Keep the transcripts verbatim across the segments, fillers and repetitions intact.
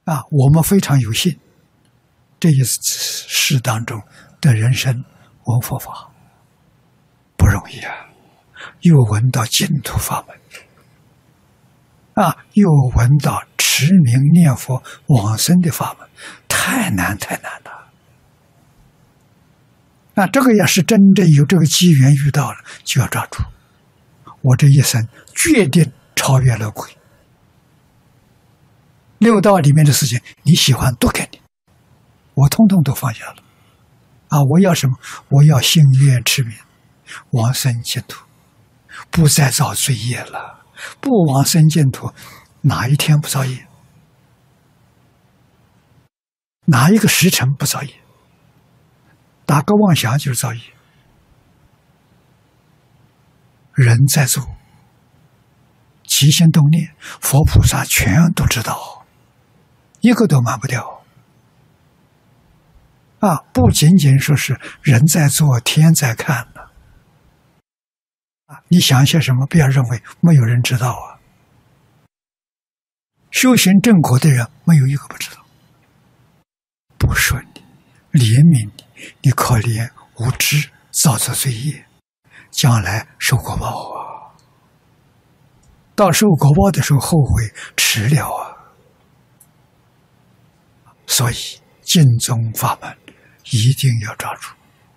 啊，我们非常有幸，这一世当中的人生闻佛法不容易啊，又闻到净土法门啊，又闻到持名念佛往生的法门，太难太难了。那这个要是真正有这个机缘遇到了，就要抓住。我这一生决定超越了鬼。六道里面的事情，你喜欢都给你，我通通都放下了。啊，我要什么？我要心愿持名，往生净土，不再造罪业了。不往生净土，哪一天不造业？哪一个时辰不造业？打个妄想就是造业。人在做，起心动念，佛菩萨全都知道，一个都瞒不掉。啊，不仅仅说是人在做，天在看呢。啊，你想些什么？不要认为没有人知道啊。修行正果的人，没有一个不知道。不说你，怜悯你，你可怜无知，造作罪业，将来受果报啊。到受果报的时候，后悔迟了啊。所以净宗法门一定要抓住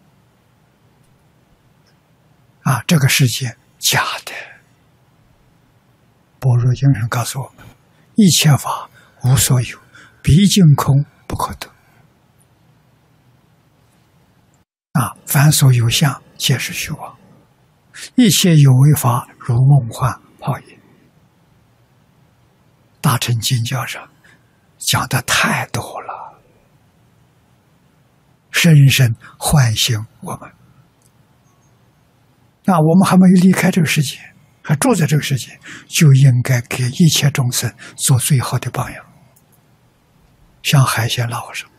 啊！这个世界假的，般若经上告诉我们：一切法无所有，毕竟空不可得。啊，凡所有相，皆是虚妄；一切有为法，如梦幻泡影。大乘经教上讲的太多了，深深唤醒我们。那我们还没有离开这个世界，还住在这个世界，就应该给一切众生做最好的榜样。像海鲜老和尚，